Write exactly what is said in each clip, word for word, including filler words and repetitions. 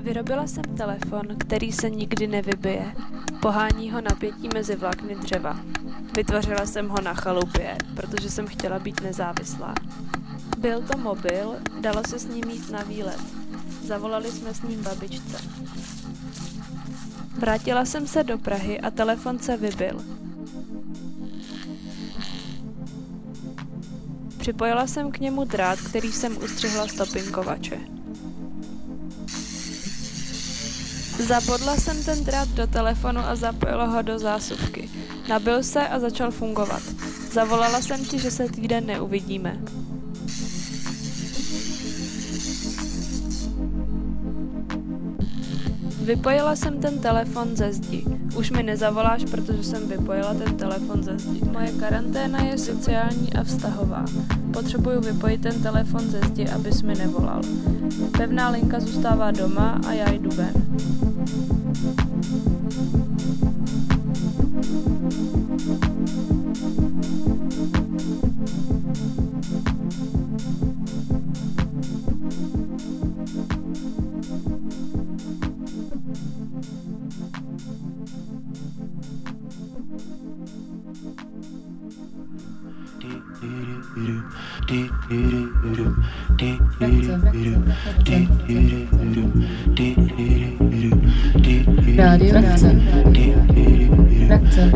Vyrobila jsem telefon, který se nikdy nevybije. Pohání ho napětí mezi vlákny dřeva. Vytvořila jsem ho na chalupě, protože jsem chtěla být nezávislá. Byl to mobil, dalo se s ním jít na výlet. Zavolali jsme s ním babičce. Vrátila jsem se do Prahy a telefon se vybil. Připojila jsem k němu drát, který jsem ustřihla z topinkovače. Zabodla jsem ten drát do telefonu a zapojila ho do zásuvky. Nabil se a začal fungovat. Zavolala jsem ti, že se týden neuvidíme. Vypojila jsem ten telefon ze zdi. Už mi nezavoláš, protože jsem vypojila ten telefon ze zdi. Moje karanténa je sociální a vztahová. Potřebuju vypojit ten telefon ze zdi, abys mi nevolal. Pevná linka zůstává doma a já jdu ven. Radio Frakce. Frakce.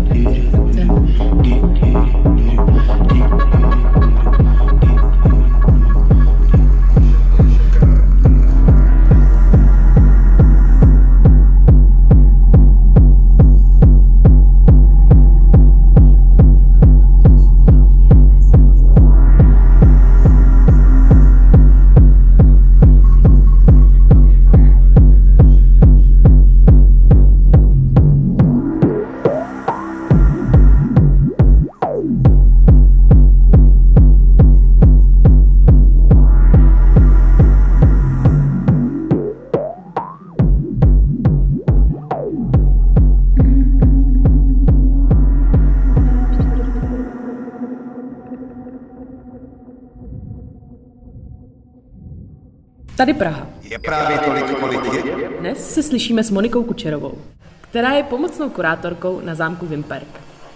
Tady Praha. Je právě tolik, kolik je? Dnes se slyšíme s Monikou Kučerovou, která je pomocnou kurátorkou na zámku Vimperk.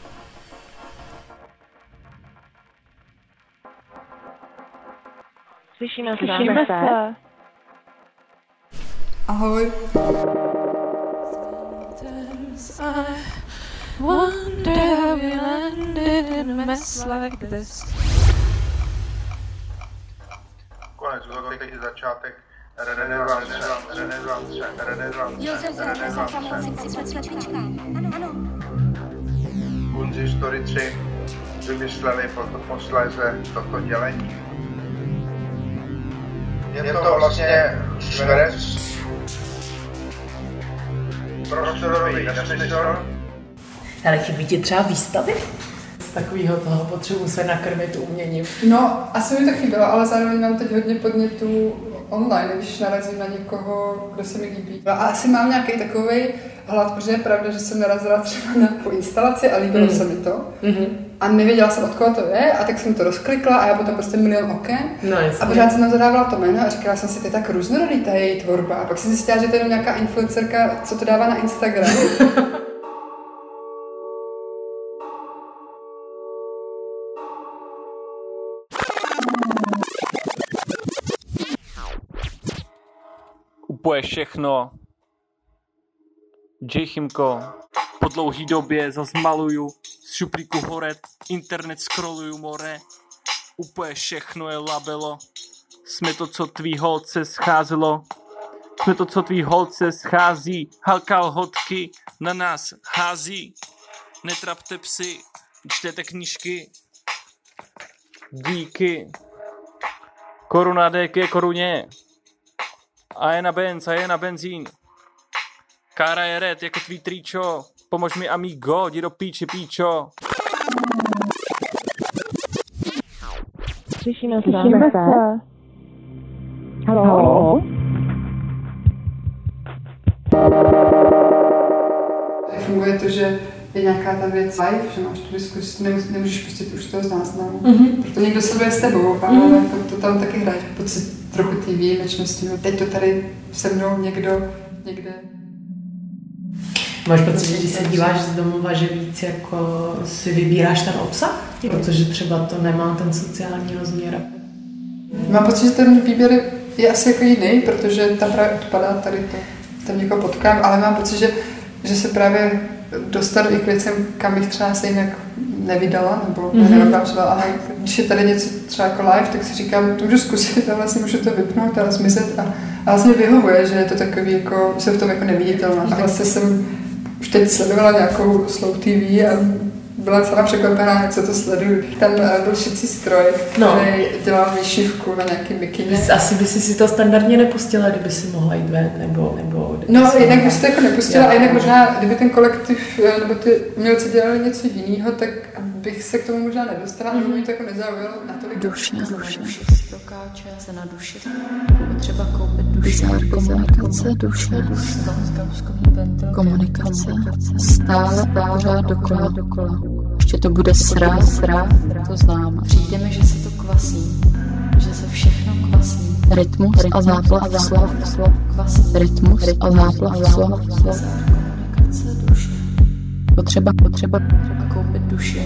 Slyšíme se. Slyšíme se. Ahoj. Konec úroky i začátek renesance, renesance, renesance, renesance. Ano, ano. Kunsthistorici vymysleli posléze toto dělení. Je to vlastně čtverec, prostorový nesmysl. Ale chybí ti třeba výstavy? Z takového toho potřebuji se nakrmit uměním. No, asi mi to chybělo, ale zároveň mám teď hodně podnětů online, když narazím na někoho, kdo se mi líbí. A asi mám nějaký takový hlad, protože je pravda, že jsem narazila třeba na nějakou instalaci a líbilo mm. se mi to. Mm-hmm. A nevěděla jsem, od koho to je, a tak jsem to rozklikla a já potom prostě milion oken. No, a pořád jsem tam zadávala to jméno a říkala jsem si, to je tak různorodý ta její tvorba. A pak jsem zjistila, že to je jenom nějaká influencerka, co to dává na Instagram. Úplně všechno. Jchimko, po dlouhý době zas maluju, z šuplíku horet, internet scrolluju more. Úplně všechno je labelo. Jsme to, co tvý holce scházelo. Jsme to, co tvý holce schází. Halkal hodky na nás hází. Netrapte psy, čtěte knížky. Díky. Koruna D K koruně. A je na benz, a je na benzín. Kára je red, jako tvý tričo. Pomož mi, amigo, jdi do píči, píčo. Slyšíme se. Slyšíme se. Haló? Funguje to, že je nějaká ta věc live, že máš tu diskusi, nemůžeš pustit už toho záznamu. Mm-hmm. Proto někdo sleduje s tebou, ale mm-hmm. to, to tam taky hraje. Pocit trochu té výjimečnosti. Teď to tady se mnou někdo někde. Máš pocit, že když se díváš z domova, že víc jako si vybíráš ten obsah? Protože třeba to nemá ten sociální rozměr. Mám pocit, že ten výběr je asi jako jiný, protože tam právě odpadá tady to, tam někoho potkám, ale mám pocit, že, že se právě dostanu i k věcem, kam bych třeba se jinak nevydala, nebo mm-hmm. nenapáčila, ale když je tady něco třeba jako live, tak si říkám, to můžu zkusit a vlastně můžu to vypnout a zmizet a, a vlastně vyhovuje, že je to takový jako, jsem v tom jako neviditelná. A vlastně jsem už teď sledovala nějakou Slow T V a byla celá překvapená, jak se to sleduju. Tam byl šicí stroj, který no. dělal výšivku na nějaký mikině. Asi by si si to standardně nepustila, kdyby si mohla jít ven, nebo... nebo no, jinak by si to jako nepustila já, a jinak možná, kdyby ten kolektiv, nebo ty umělci dělali něco jiného, tak bych se k tomu možná nedostala, mm-hmm. nebo mě to jako nezaujalo natolik. Duše, duše, dokáče se na duši. Potřeba koupit duše. Komunikace, duše, komunikace, stále pořád dokola, dokola. Ještě to bude srát, srát, to znám. Přijde mi, že se to kvasí, že se všechno kvasí. Rytmus a záplav slov, rytmus a záplav slov. Komunikace, duše. Potřeba, potřeba koupit duše.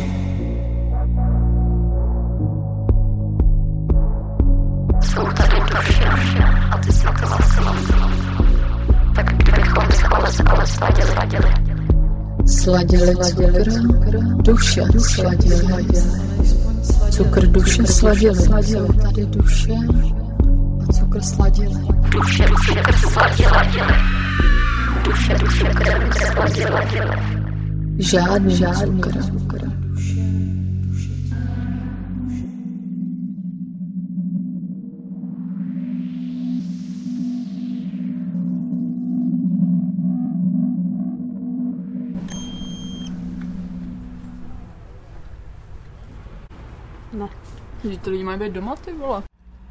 Jsou tady duše a ty si to vlastně. Tak kdybychom spole, spole sladili. Sladili cukr, duše sladili. Cukr duše sladili. Jsou tady duše a cukr sladili. Duše cukr sladili. Duše cukr sladili. Žádný, žádný cukr. No. Že to lidi mají být doma, ty vole.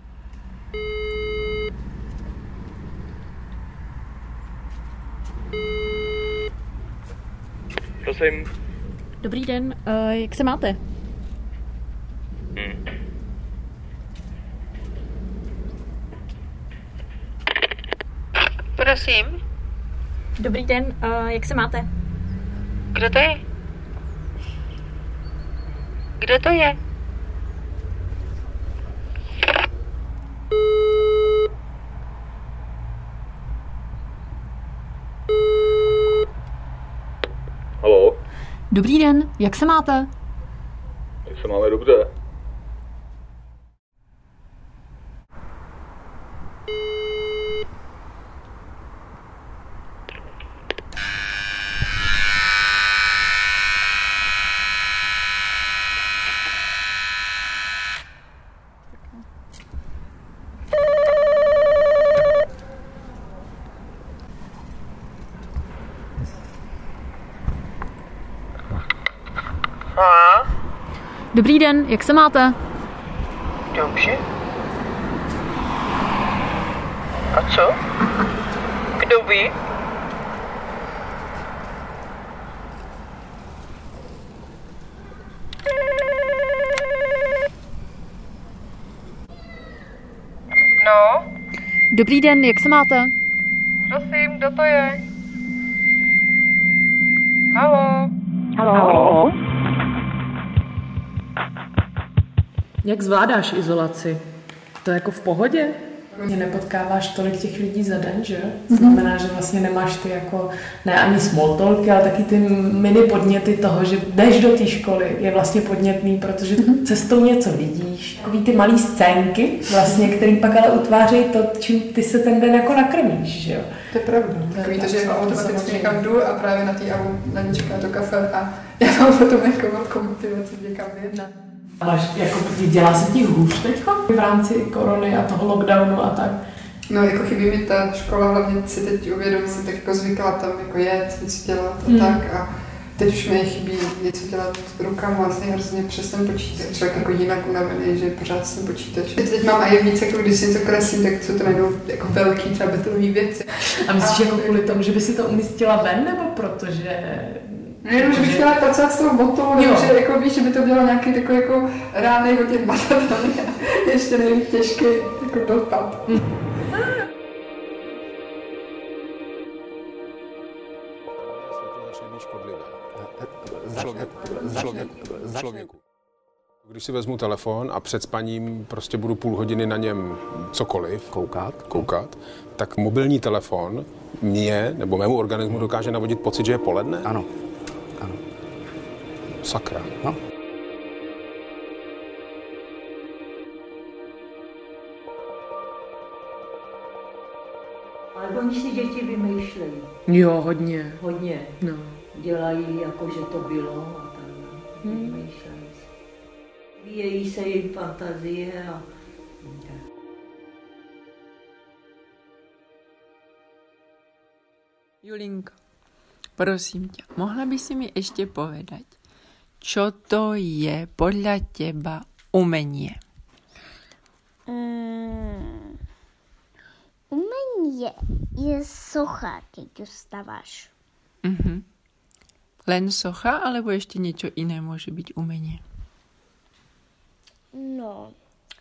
Prosím. Dobrý den, uh, jak se máte? Hmm. Prosím. Dobrý den, uh, jak se máte? Kdo to je? Kdo to je? Haló? Dobrý den, jak se máte? Jak se máme dobře. Dobrý den, jak se máte? Dobře. A co? Kdo ví? No? Dobrý den, jak se máte? Prosím, kdo to je? Haló? Haló? Jak zvládáš izolaci? To je jako v pohodě? Mě nepotkáváš tolik těch lidí za den, že? To znamená, že vlastně nemáš ty jako, ne ani small talky, ale taky ty mini podněty toho, že jdeš do té školy, je vlastně podnětný, protože cestou něco vidíš. Takový ty malý scénky, vlastně, který pak ale utvářejí to, čím ty se ten den jako nakrmíš, že jo? To je pravda. Takový to, že automaticky někam jdu a právě na té avu na mě čeká to kafe a já mám potom jako velkou motivaci někam vyjednat. Ale jako, dělá se ti hůř teďko v rámci korony a toho lockdownu a tak? No, jako chybí mi ta škola, hlavně si teď uvědomit, tak jako zvykla tam jako jet, něco dělat a hmm. tak a teď už mi chybí něco dělat rukama, vlastně hrozně přes ten počítač, člověk jako jinak unavený, že pořád jsem počítač. Teď, teď mám i víc, jako když si něco kreslím, tak jsou to najednou jako velký třeba betonový věci. A myslíš a, jako kvůli tomu, že by si to umístila ven, nebo protože... Nejenom, že bych chtěla pracovat s tou botou, nebo že jako víš, že by to bylo nějaký takový jako reálnej hodně matatelný a ještě nejvíc těžký jako dopad. Člověku. Když si vezmu telefon a před spaním prostě budu půl hodiny na něm cokoliv koukat, koukat, tak mobilní telefon mě nebo mému organismu dokáže navodit pocit, že je poledne? Ano. Ano. Sakra. No. Ale oni si děti vymýšlejí. Jo, hodně. Hodně. No. Dělají jako, že to bylo a tak. Hmm. Vymýšlejí si. Vyjejí se jim fantazie a... Julinko, prosím tě, mohla by si mi ještě povedať, čo to je podľa teba umenie? Mm, umenie je socha, keď ustaváš. Mhm. Len socha, alebo ešte niečo iné môže byť umenie? No.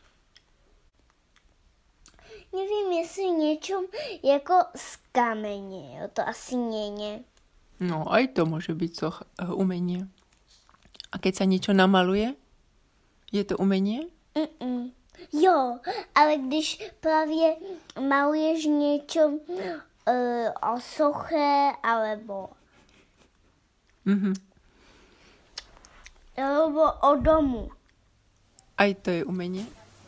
Nevím, jestli něčem jako z kameně, jo, to asi nie. No, aj to môže byť socha, uh, umenie. A keď sa niečo namaluje, je to umenie? Mm-mm. Jo, ale když právě maluješ něco uh, o soche, alebo Mhm. alebo o domu. Aj to je umenie?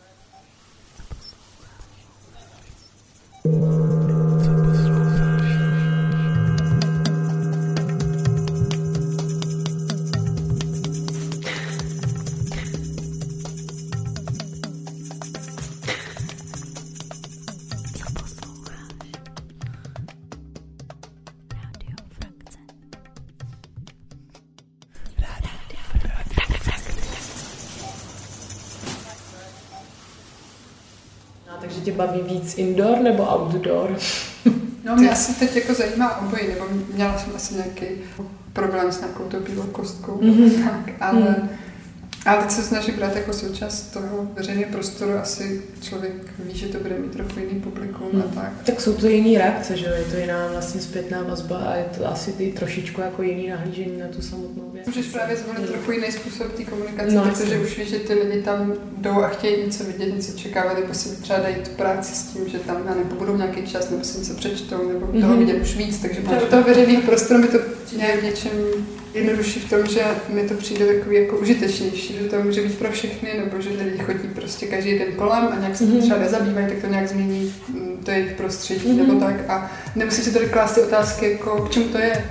Takže tě baví víc indoor nebo outdoor? No, mě asi teď jako zajímá obojí, nebo měla jsem asi nějaký problém s nějakou tou bílou kostkou, mm-hmm. tak, ale, mm. ale teď se snažím brát jako součást toho veřejného prostoru, asi člověk ví, že to bude mít trochu jiný publikum mm. a tak. Tak jsou to jiný reakce, že jo, je to jiná vlastně zpětná vazba a je to asi ty trošičku jako jiný nahlížení na tu samotnou věc. Můžeš právě zvolit trochu jiný způsob té komunikace, no, protože už víš, že ty lidi tam jdou a chtějí něco vidět, něco čekávat, nebo si třeba dají tu práci s tím, že tam já nebo budou nějaký čas, nebo si něco přečtou, nebo mm-hmm. toho vidět už víc, takže do toho veřejného prostoru mi to je v něčem jednodušší v tom, že mi to přijde takový jako užitečnější, že to může být pro všechny, nebo že lidi chodí prostě každý den kolem a nějak se mm-hmm. třeba nezabývají, tak to nějak změní to jejich prostředí, mm-hmm. nebo tak a nemusím si tady klást ty otázky, jako k čemu to je.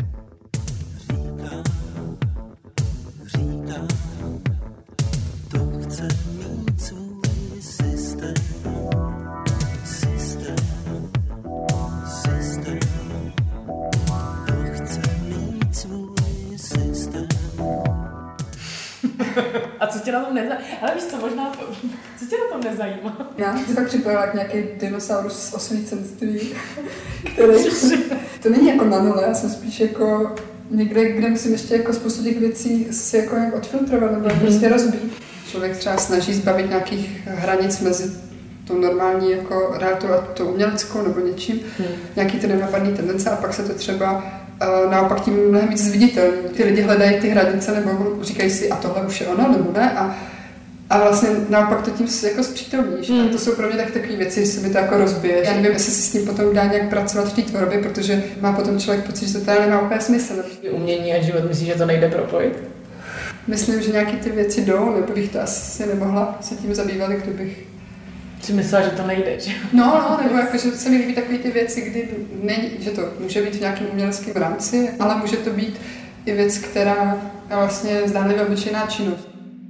A co tě na tom nezajímá? Ale víš co, možná, co tě na tom nezajímá? Já si tak připadala jak nějaký dinosaurus z osvícenství, který, to není jako na nule, já jsem spíš jako někde, kde musím ještě jako spoustu těch věcí si jako nějak odfiltrovat nebo mm-hmm. prostě rozbít. Člověk třeba snaží zbavit nějakých hranic mezi tou normální jako realitou a tou uměleckou nebo něčím, mm. nějaký ty nenapadný tendence a pak se to třeba naopak tím mnohem víc zviditelný. Ty lidi hledají ty hranice nebo říkají si, a tohle už je ono, nebo ne. A, a vlastně naopak to tím jako zpřítomníš. Mm. A to jsou pro mě tak takové věci, že se mi to jako rozbije. Já nevím, jestli si s tím potom dá nějak pracovat v té tvorbě, protože má potom člověk pocit, že to teda nemá úplně smysl. Umění a život, myslíš, že to nejde propojit? Myslím, že nějaké ty věci jdou, nebo bych to asi nemohla se tím zabývat, kdybych jsi myslela, že to nejde, že? No, no, nebo jako, že se mi líbí takové ty věci, kdy není, že to může být v nějakém uměleckém rámci, ale může to být i věc, která je vlastně zdánlivě obyčejná činnost.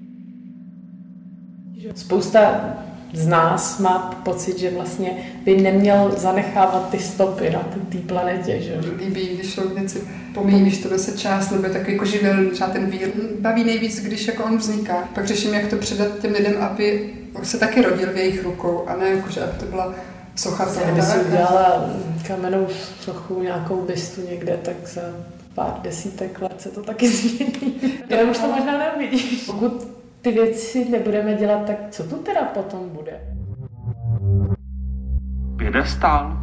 Spousta z nás má pocit, že vlastně by neměl zanechávat ty stopy na té planetě, že? Líbí, když jsou věci pomíjí, když to se část, nebo je takový jako živelný, třeba ten vír. Baví nejvíc, když jako on vzniká. Pak řeším, jak to předat těm lidem, aby se taky rodil v jejich rukou, a ne jako, že aby to byla socha. Kdyby si udělala kamennou sochu, nějakou bystu někde, tak za pár desítek let se to taky změní. Já už to možná neuvidíš. Pokud ty věci nebudeme dělat, tak co tu teda potom bude? piedestál?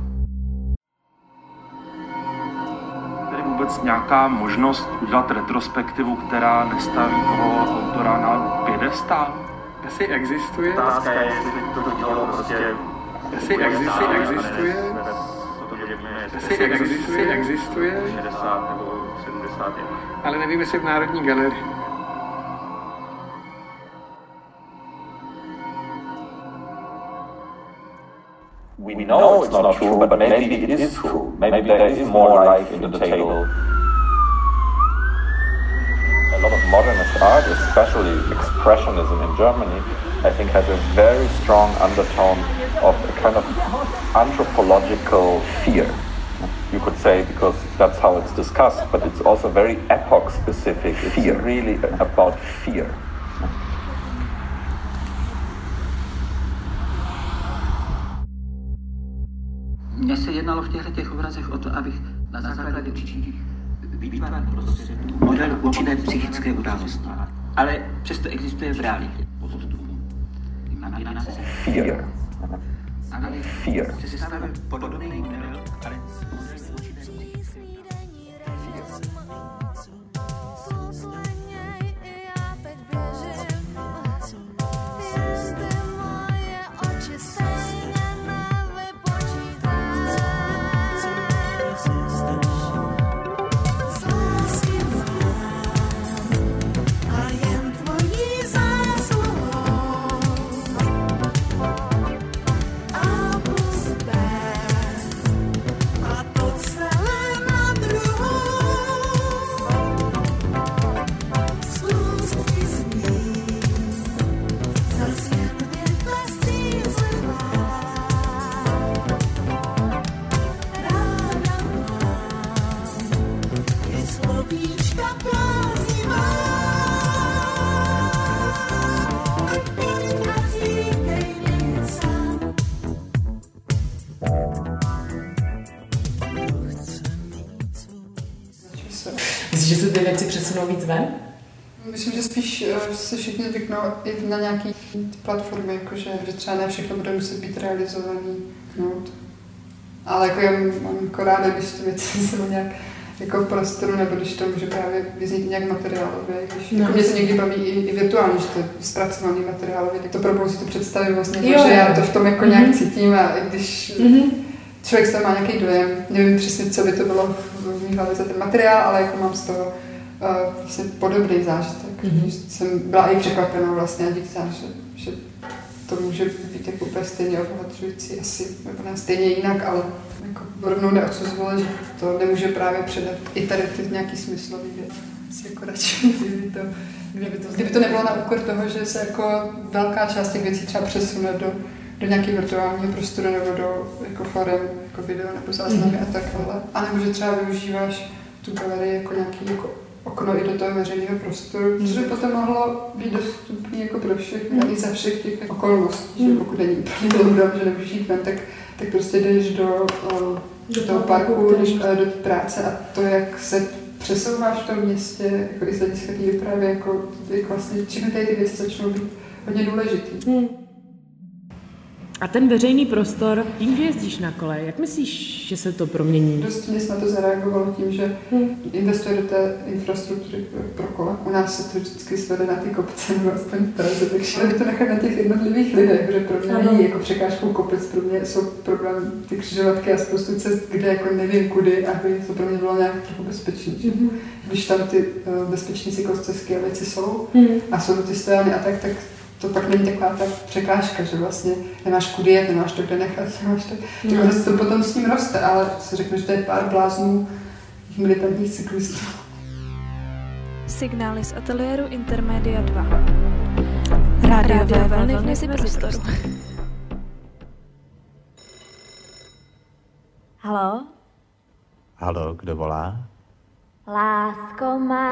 Tedy vůbec nějaká možnost udělat retrospektivu, která nestaví toho autora na piedestál? Jestli existuje... Otázka je, jestli toto dílo prostě... Jestli existuje, existuje... Jestli existuje, existuje... šedesát nebo sedmdesát. Ale nevím, jestli v Národní galerii. We know it's not true, but maybe it is true. Maybe there is more life in the table. A lot of modernist art, especially expressionism in Germany, I think has a very strong undertone of a kind of anthropological fear. You could say, because that's how it's discussed, but it's also very epoch-specific. Fear, it's really about fear. Mně se jednalo v těchto těch obrazech o to, abych na základě určitých výtvarných prostředků model určité psychické události. Ale přesto existuje v realitě. Fear. Fear. Podobný model, ale Myslíš, že se ty věci přesunou víc ven? Myslím, že spíš uh, se všichni zvyknou i na nějaké platformy, jakože, že třeba ne všechno bude muset být realizovaný. No. Ale jako já mám jako ráda, když ty věci jsou nějak jako v prostoru, nebo když to může právě vyznít nějak materiálově. Když, no. Jako mě se někdy baví i, i virtuálně, že to je zpracovaný materiálově, tak to pro si to představím vlastně, jo, že já to v tom jako mm-hmm. nějak cítím a i když mm-hmm. člověk z toho má nějaký dojem, nevím přesně, co by to bylo v mých hlavě za ten materiál, ale jako mám z toho uh, vlastně podobný zážitek. Mm-hmm. Jsem byla i překvapená vlastně a díky tomu, že, že to může být jako úplně stejně obohacující asi, nebo ne stejně jinak, ale jako rovnou neodsuzovala, že to nemůže právě předat i tady ty nějaký smyslový věc. Asi jako radši, kdyby to, kdyby to, kdyby to nebylo na úkor toho, že se jako velká část těch věcí třeba přesune do, do nějakého virtuálního prostoru nebo do jako forem, jako video nebo záznamy mm. a tak, ale a nebo že třeba využíváš tu galerii jako nějaký jako okno i do toho veřejného prostoru, což by potom mohlo být dostupný jako pro všechny, mm. i za všech těch okolností, mm. že pokud není úplně lockdown, že nemůžeš jít ven, tak, tak prostě jdeš do, o, do toho parku, jdeš do práce a to, jak se přesouváš v tom městě, jako i z hlediska té dopravy, jako, jako vlastně, čím tady ty věci začnou být hodně důležitý. Mm. A ten veřejný prostor, tím, že jezdíš na kole, jak myslíš, že se to promění? Dost mě jsme to zareagovalo tím, že hmm. investuje do té infrastruktury pro kola. U nás se to vždycky svede na ty kopce, nebo aspoň v Praze, takže by to nechat na těch jednotlivých lidech, že pro mě není jako překážkou kopec, pro mě jsou problém ty křižovatky a spoustu cest, kde jako nevím kudy, aby to pro mě bylo nějak trochu bezpečný. Hmm. Když tam ty uh, bezpečné cyklostezky a věci jsou hmm. a jsou ty stojany a tak, tak to pak není taková ta překážka, že vlastně nemáš kudy jet, nemáš to kde nechat, nemáš to... No. Tak to potom s ním roste, ale se řekne, že to je pár bláznů militantních cyklistů. Signály z ateliéru Intermedia dva. Rádiové vlny v meziprostoru. Haló? Haló, kdo volá? Lásko má,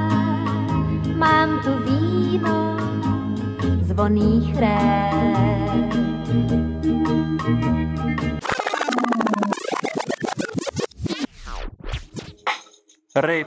mám tu víno z vonných rék. Ryb,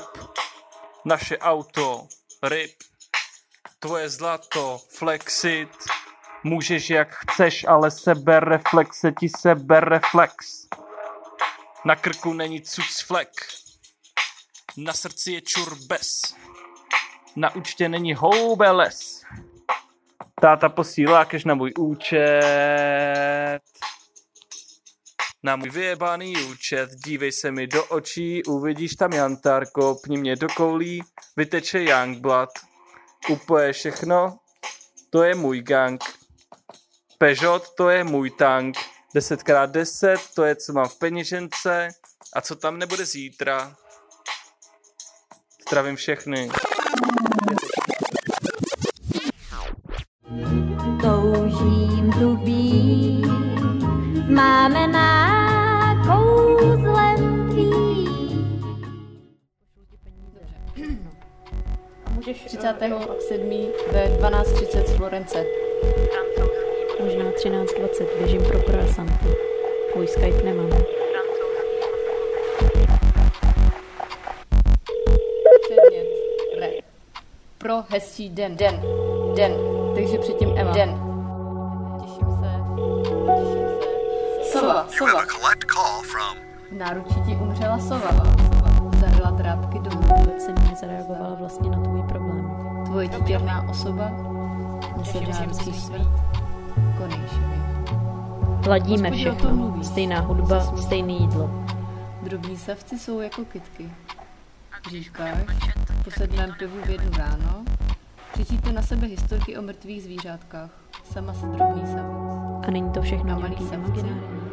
naše auto, ryb, tvoje zlato, flexit, Můžeš jak chceš, ale sebereflexe ti sebereflex. Na krku není cucflek. Na srdci je čurbes. Na účtě není houbeles. Táta posílá cash na můj účet. Na můj vyjebaný účet. Dívej se mi do očí, uvidíš tam jantar, kopni mě do koulí, vyteče Youngblood. Úplně všechno, to je můj gang. Peugeot, to je můj tank. deset krát deset, to je, co mám v peněžence. A co tam nebude zítra. Zdravím všechny. Toužím tu být, máme na kouzlem tvým. Můžeš třicátého sedmého ve dvanáct třicet z Florence. Možná třináct dvacet, běžím pro croissanty. Tvůj Skype nemám. Předmět. Re. Pro hezčí den. Den. Den. Takže předtím Eva. Den. Těším se. Těším se. Sova. Sova. V náručí ti umřela sova. Sova. Zaryla drátky do Vůbec jsem nezareagovala vlastně na tvůj problém. Tvoje dítěrná osoba nese dárky svít Konejšovi. Ladíme všechno. Stejná hudba, stejné jídlo. Drobní savci jsou jako kytky. Říkáš, po sedmém pivu v jednu ráno, křičíte na sebe historky o mrtvých zvířátkách. Sama se drobný savec. A není to všechno malý nějaký imaginární.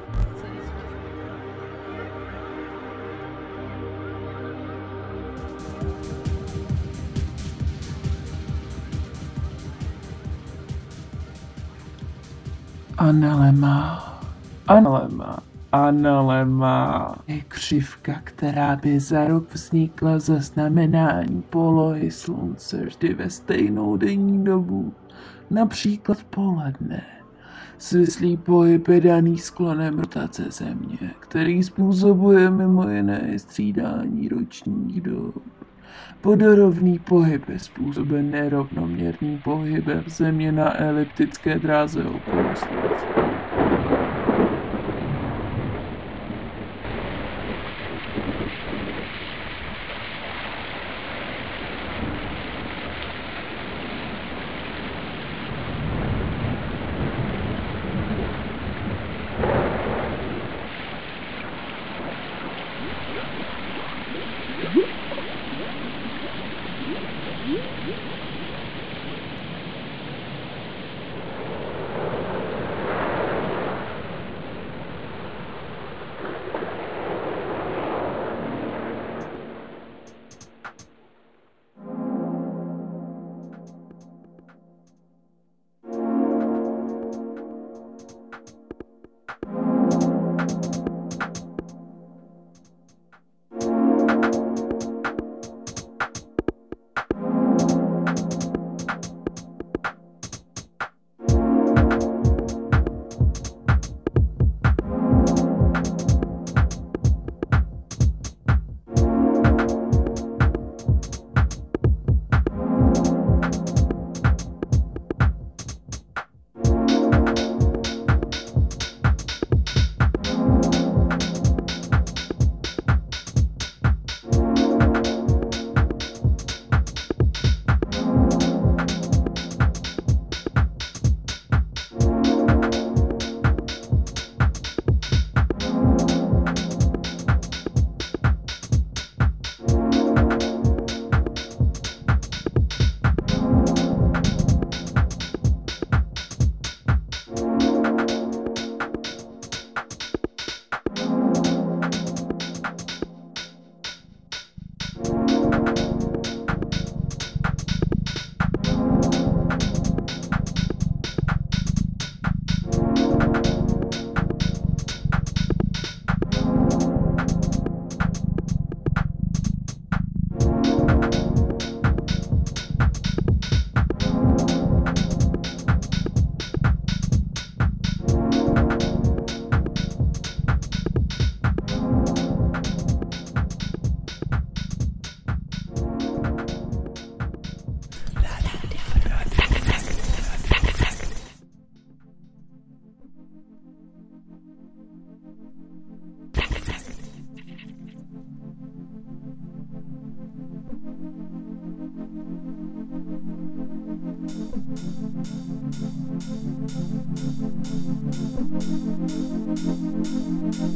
Analema, analema, analema je křivka, která by za rok vznikla za znamenání polohy slunce vždy ve stejnou denní dobu, například poledne. Svislý pohyb je daný sklonem rotace země, který způsobuje mimo jiné střídání ročních dob. Vodorovný pohyb je způsoben nerovnoměrným pohybem země na eliptické dráze okolo slunce.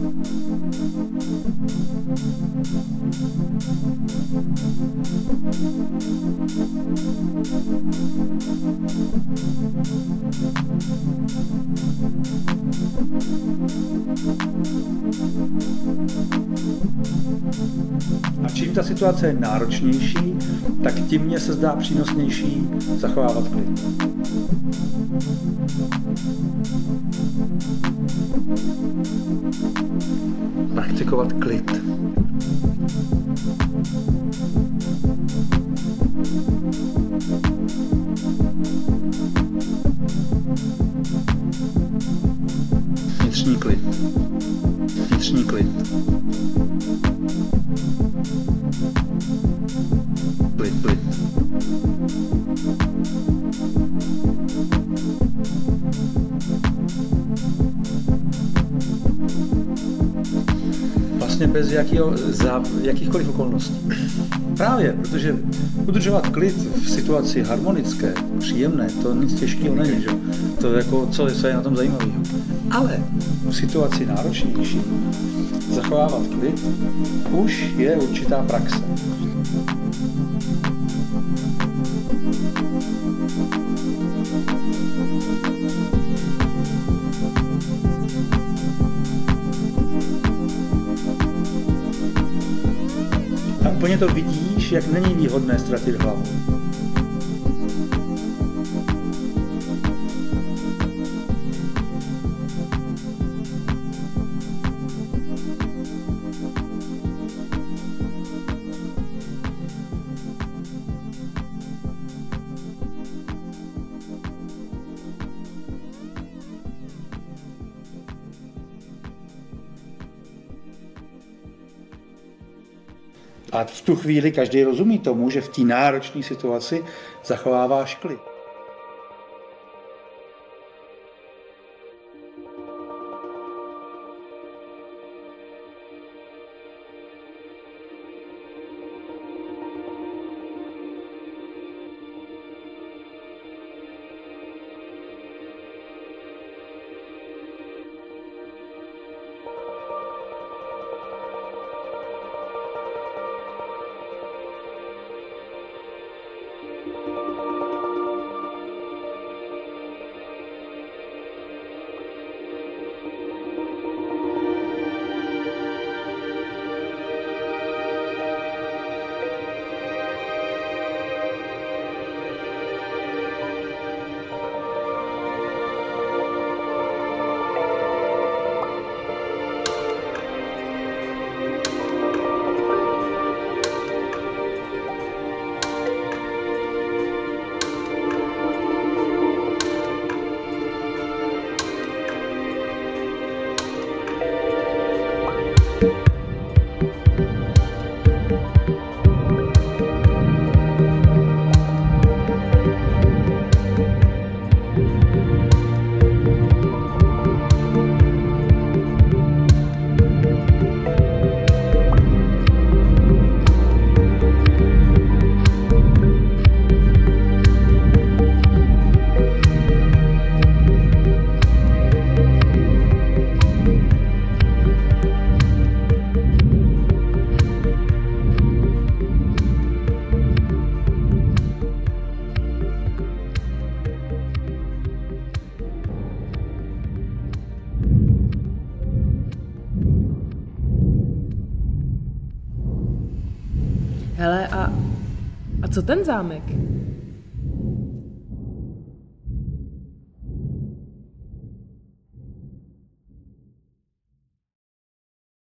A čím ta situace je náročnější, tak tím mně se zdá přínosnější zachovávat klid. Praktikovat klid. Vnitřní klid. Vnitřní klid. Klid, klid. Vlastně bez jakýho, za jakýchkoliv okolností. Právě, protože udržovat klid v situaci harmonické, příjemné, to nic těžkého není, že? To jako, co, co je na tom zajímavého. Ale v situaci náročnější zachovávat klid už je určitá praxe. A úplně to vidíš, jak není výhodné ztratit hlavu. A v tu chvíli každý rozumí tomu, že v té náročné situaci zachováváš klid. Hele, a, a co ten zámek?